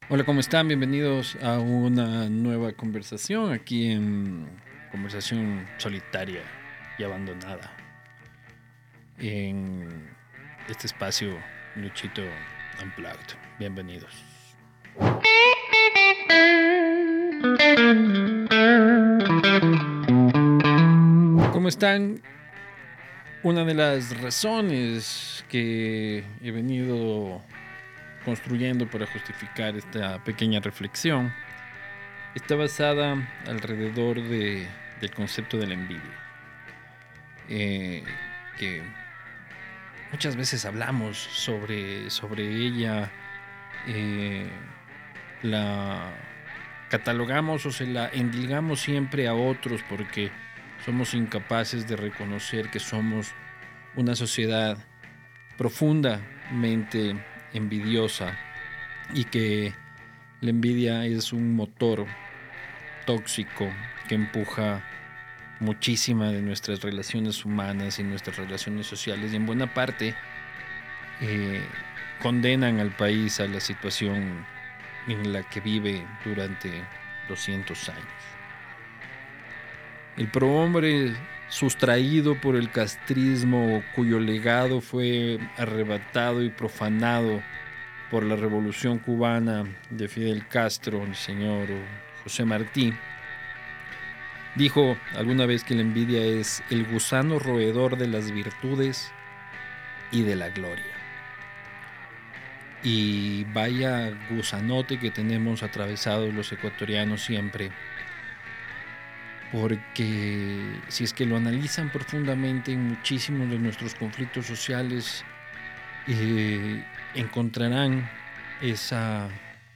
Hola, ¿cómo están? Bienvenidos a una nueva conversación aquí en Conversación Solitaria y Abandonada. En este espacio, Luchito Unplugged. Bienvenidos. ¿Cómo están? Una de las razones que he venido construyendo para justificar esta pequeña reflexión está basada alrededor del concepto de la envidia, que muchas veces hablamos sobre ella, eh, la catalogamos o se la endilgamos siempre a otros porque somos incapaces de reconocer que somos una sociedad profundamente envidiosa y que la envidia es un motor tóxico que empuja muchísimas de nuestras relaciones humanas y nuestras relaciones sociales, y en buena parte eh, condenan al país a la situación en la que vive durante 200 años. El prohombre sustraído por el castrismo, cuyo legado fue arrebatado y profanado por la revolución cubana de Fidel Castro, el señor José Martí, dijo alguna vez que la envidia es el gusano roedor de las virtudes y de la gloria. Y vaya gusanote que tenemos atravesados los ecuatorianos siempre, porque si es que lo analizan profundamente en muchísimos de nuestros conflictos sociales, encontrarán esa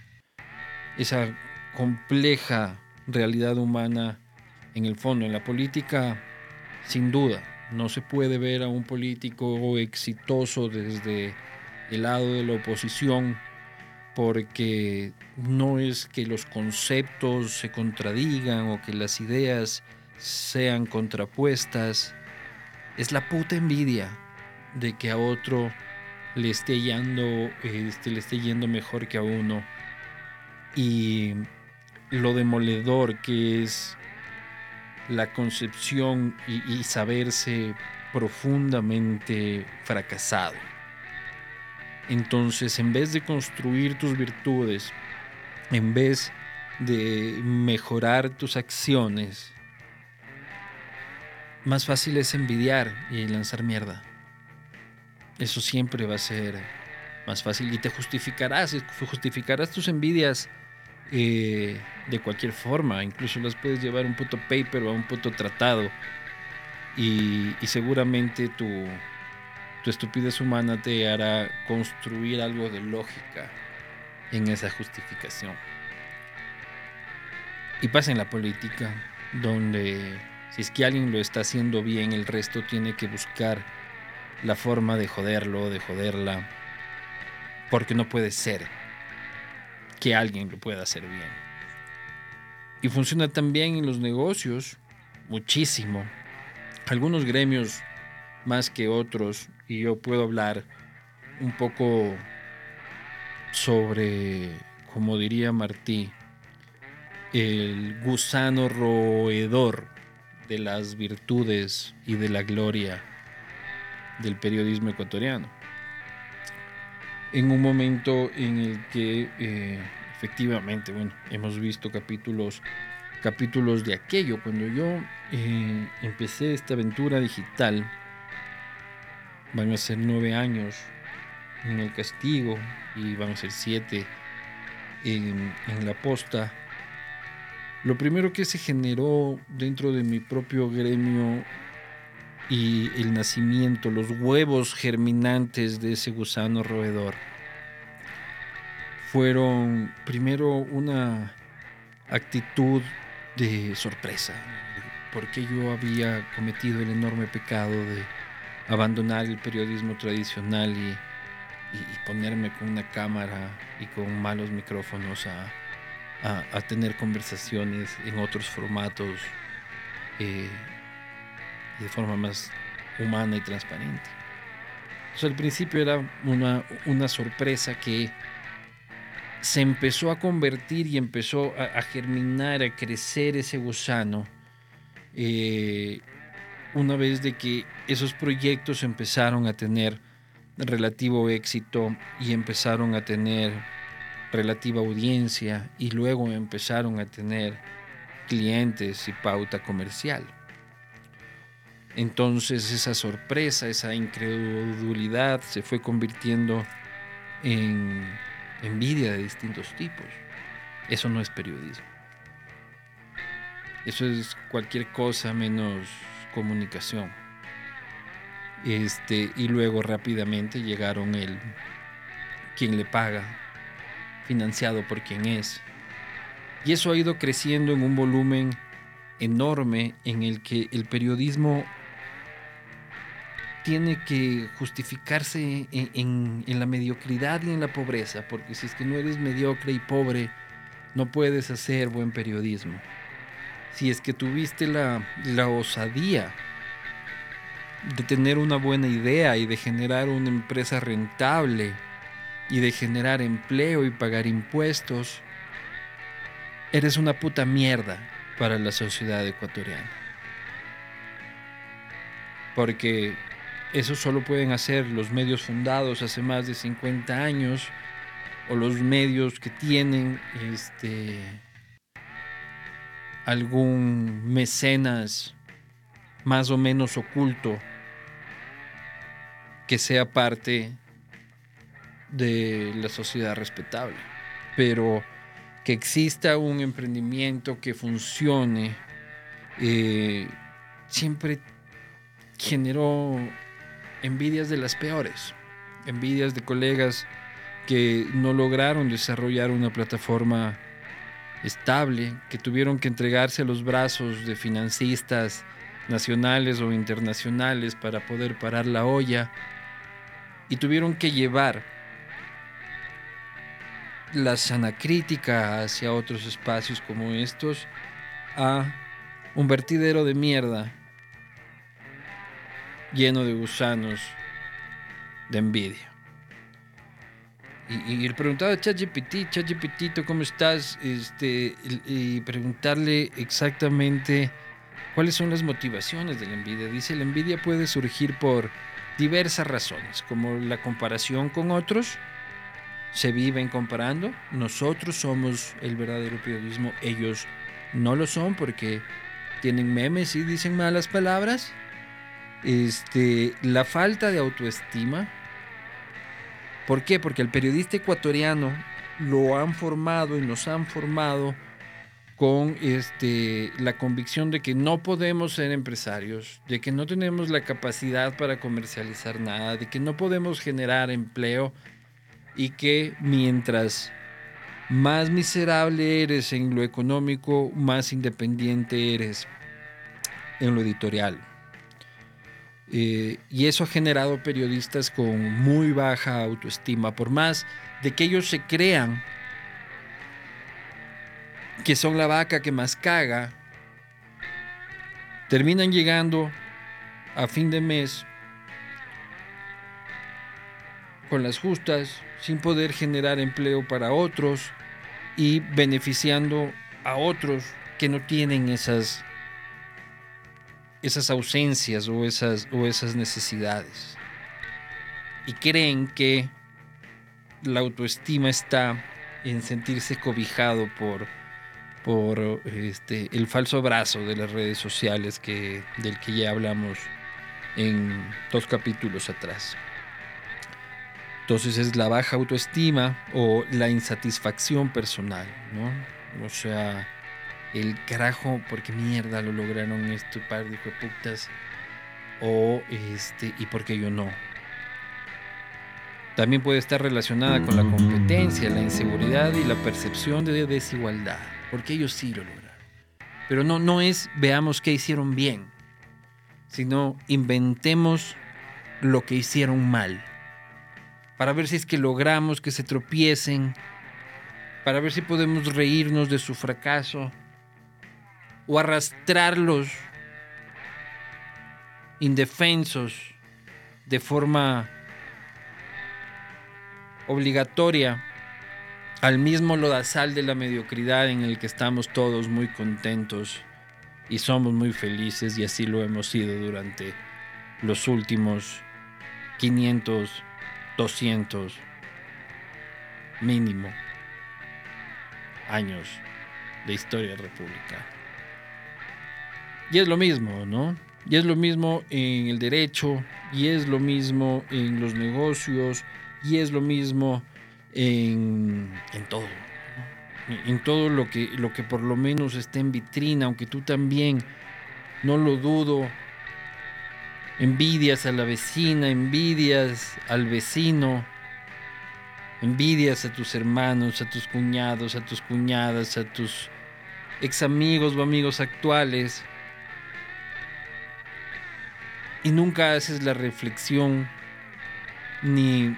compleja realidad humana en el fondo. En la política, sin duda, no se puede ver a un político exitoso desde el lado de la oposición, porque no es que los conceptos se contradigan o que las ideas sean contrapuestas, es la puta envidia de que a otro le esté yendo mejor que a uno, y lo demoledor que es la concepción y saberse profundamente fracasado. Entonces, en vez de construir tus virtudes, en vez de mejorar tus acciones, más fácil es envidiar y lanzar mierda. Eso siempre va a ser más fácil y te justificarás tus envidias de cualquier forma. Incluso las puedes llevar a un puto paper o a un puto tratado, y seguramente tu estupidez humana te hará construir algo de lógica en esa justificación. Y pasa en la política, donde si es que alguien lo está haciendo bien, el resto tiene que buscar la forma de joderlo, de joderla, porque no puede ser que alguien lo pueda hacer bien. Y funciona también en los negocios, muchísimo. Algunos gremios más que otros, y yo puedo hablar un poco sobre, como diría Martí, el gusano roedor de las virtudes y de la gloria del periodismo ecuatoriano. En un momento en el que efectivamente, bueno, hemos visto capítulos de aquello. Cuando yo empecé esta aventura digital, van a ser 9 años en el castigo y van a ser 7 en la posta. Lo primero que se generó dentro de mi propio gremio y el nacimiento, los huevos germinantes de ese gusano roedor, fueron primero una actitud de sorpresa, porque yo había cometido el enorme pecado de abandonar el periodismo tradicional y ponerme con una cámara y con malos micrófonos a tener conversaciones en otros formatos de forma más humana y transparente. Entonces, al principio era una sorpresa que se empezó a convertir y empezó a germinar, a crecer ese gusano, una vez de que esos proyectos empezaron a tener relativo éxito y empezaron a tener relativa audiencia y luego empezaron a tener clientes y pauta comercial. Entonces esa sorpresa, esa incredulidad se fue convirtiendo en envidia de distintos tipos. Eso no es periodismo. Eso es cualquier cosa menos comunicación. Y luego rápidamente llegaron el quien le paga, financiado por quien es. Y eso ha ido creciendo en un volumen enorme en el que el periodismo tiene que justificarse en la mediocridad y en la pobreza, porque si es que no eres mediocre y pobre, no puedes hacer buen periodismo. Si es que tuviste la osadía de tener una buena idea y de generar una empresa rentable y de generar empleo y pagar impuestos, eres una puta mierda para la sociedad ecuatoriana. Porque eso solo pueden hacer los medios fundados hace más de 50 años o los medios que tienen algún mecenas más o menos oculto que sea parte de la sociedad respetable. Pero que exista un emprendimiento que funcione siempre generó envidias de las peores, envidias de colegas que no lograron desarrollar una plataforma estable, que tuvieron que entregarse a los brazos de financistas nacionales o internacionales para poder parar la olla, y tuvieron que llevar la sana crítica hacia otros espacios como estos a un vertidero de mierda lleno de gusanos de envidia. Y el preguntado a ChatGPT, ¿cómo estás? Y preguntarle exactamente cuáles son las motivaciones de la envidia. Dice, la envidia puede surgir por diversas razones, como la comparación con otros. Se viven comparando. Nosotros somos el verdadero periodismo, ellos no lo son porque tienen memes y dicen malas palabras. La falta de autoestima. ¿Por qué? Porque el periodista ecuatoriano lo han formado y nos han formado con la convicción de que no podemos ser empresarios, de que no tenemos la capacidad para comercializar nada, de que no podemos generar empleo y que mientras más miserable eres en lo económico, más independiente eres en lo editorial. Y eso ha generado periodistas con muy baja autoestima, por más de que ellos se crean que son la vaca que más caga, terminan llegando a fin de mes con las justas, sin poder generar empleo para otros y beneficiando a otros que no tienen esas ausencias o esas necesidades, y creen que la autoestima está en sentirse cobijado por el falso brazo de las redes sociales del que ya hablamos en 2 capítulos atrás. Entonces es la baja autoestima o la insatisfacción personal, ¿no? O sea, el carajo, ¿por qué mierda lo lograron este par de hijueputas? O y por qué yo no. También puede estar relacionada con la competencia, la inseguridad y la percepción de desigualdad, porque ellos sí lo lograron. Pero no es veamos qué hicieron bien, sino inventemos lo que hicieron mal, para ver si es que logramos que se tropiecen, para ver si podemos reírnos de su fracaso o arrastrarlos indefensos de forma obligatoria al mismo lodazal de la mediocridad en el que estamos todos muy contentos y somos muy felices, y así lo hemos sido durante los últimos 500, 200 mínimo años de historia republicana. Y es lo mismo, ¿no? Y es lo mismo en el derecho, y es lo mismo en los negocios, y es lo mismo en todo, ¿no? En todo lo que por lo menos esté en vitrina, aunque tú también, no lo dudo, envidias a la vecina, envidias al vecino, envidias a tus hermanos, a tus cuñados, a tus cuñadas, a tus ex amigos o amigos actuales, y nunca haces la reflexión ni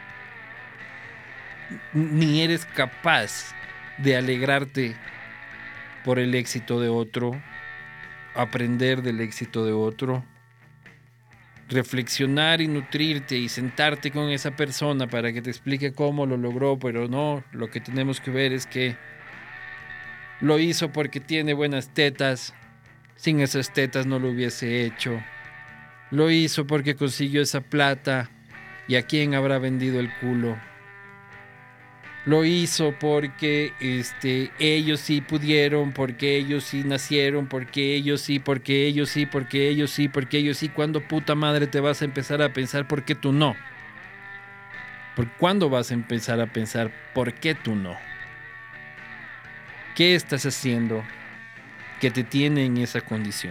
eres capaz de alegrarte por el éxito de otro, aprender del éxito de otro, reflexionar y nutrirte y sentarte con esa persona para que te explique cómo lo logró. Pero no, lo que tenemos que ver es que lo hizo porque tiene buenas tetas, sin esas tetas no lo hubiese hecho, lo hizo porque consiguió esa plata, y a quién habrá vendido el culo, lo hizo porque ellos sí pudieron, porque ellos sí nacieron, porque ellos sí, porque ellos sí, porque ellos sí, porque ellos sí. ¿Cuándo puta madre te vas a empezar a pensar por qué tú no? ¿Por cuándo vas a empezar a pensar por qué tú no? ¿Qué estás haciendo que te tiene en esa condición?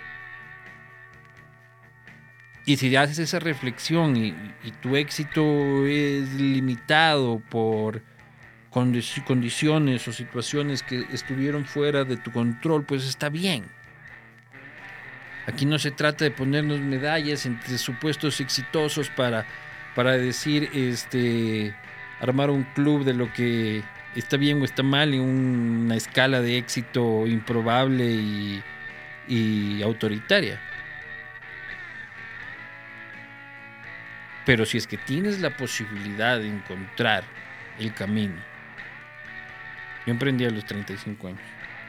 Y si haces esa reflexión y tu éxito es limitado por condiciones o situaciones que estuvieron fuera de tu control, pues está bien. Aquí no se trata de ponernos medallas entre supuestos exitosos para decir, armar un club de lo que está bien o está mal en una escala de éxito improbable y autoritaria. Pero si es que tienes la posibilidad de encontrar el camino. Yo emprendí a los 35 años.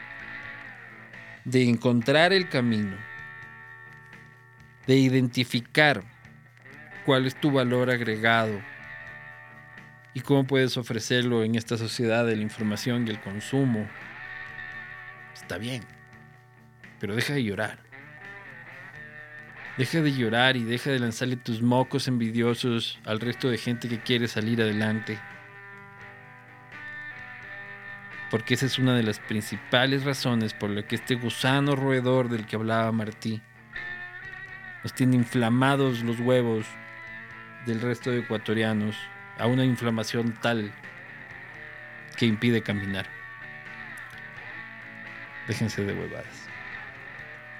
De encontrar el camino, de identificar cuál es tu valor agregado y cómo puedes ofrecerlo en esta sociedad de la información y el consumo. Está bien, pero deja de llorar. Deja de llorar y deja de lanzarle tus mocos envidiosos al resto de gente que quiere salir adelante. Porque esa es una de las principales razones por la que este gusano roedor del que hablaba Martí nos tiene inflamados los huevos del resto de ecuatorianos a una inflamación tal que impide caminar. Déjense de huevadas.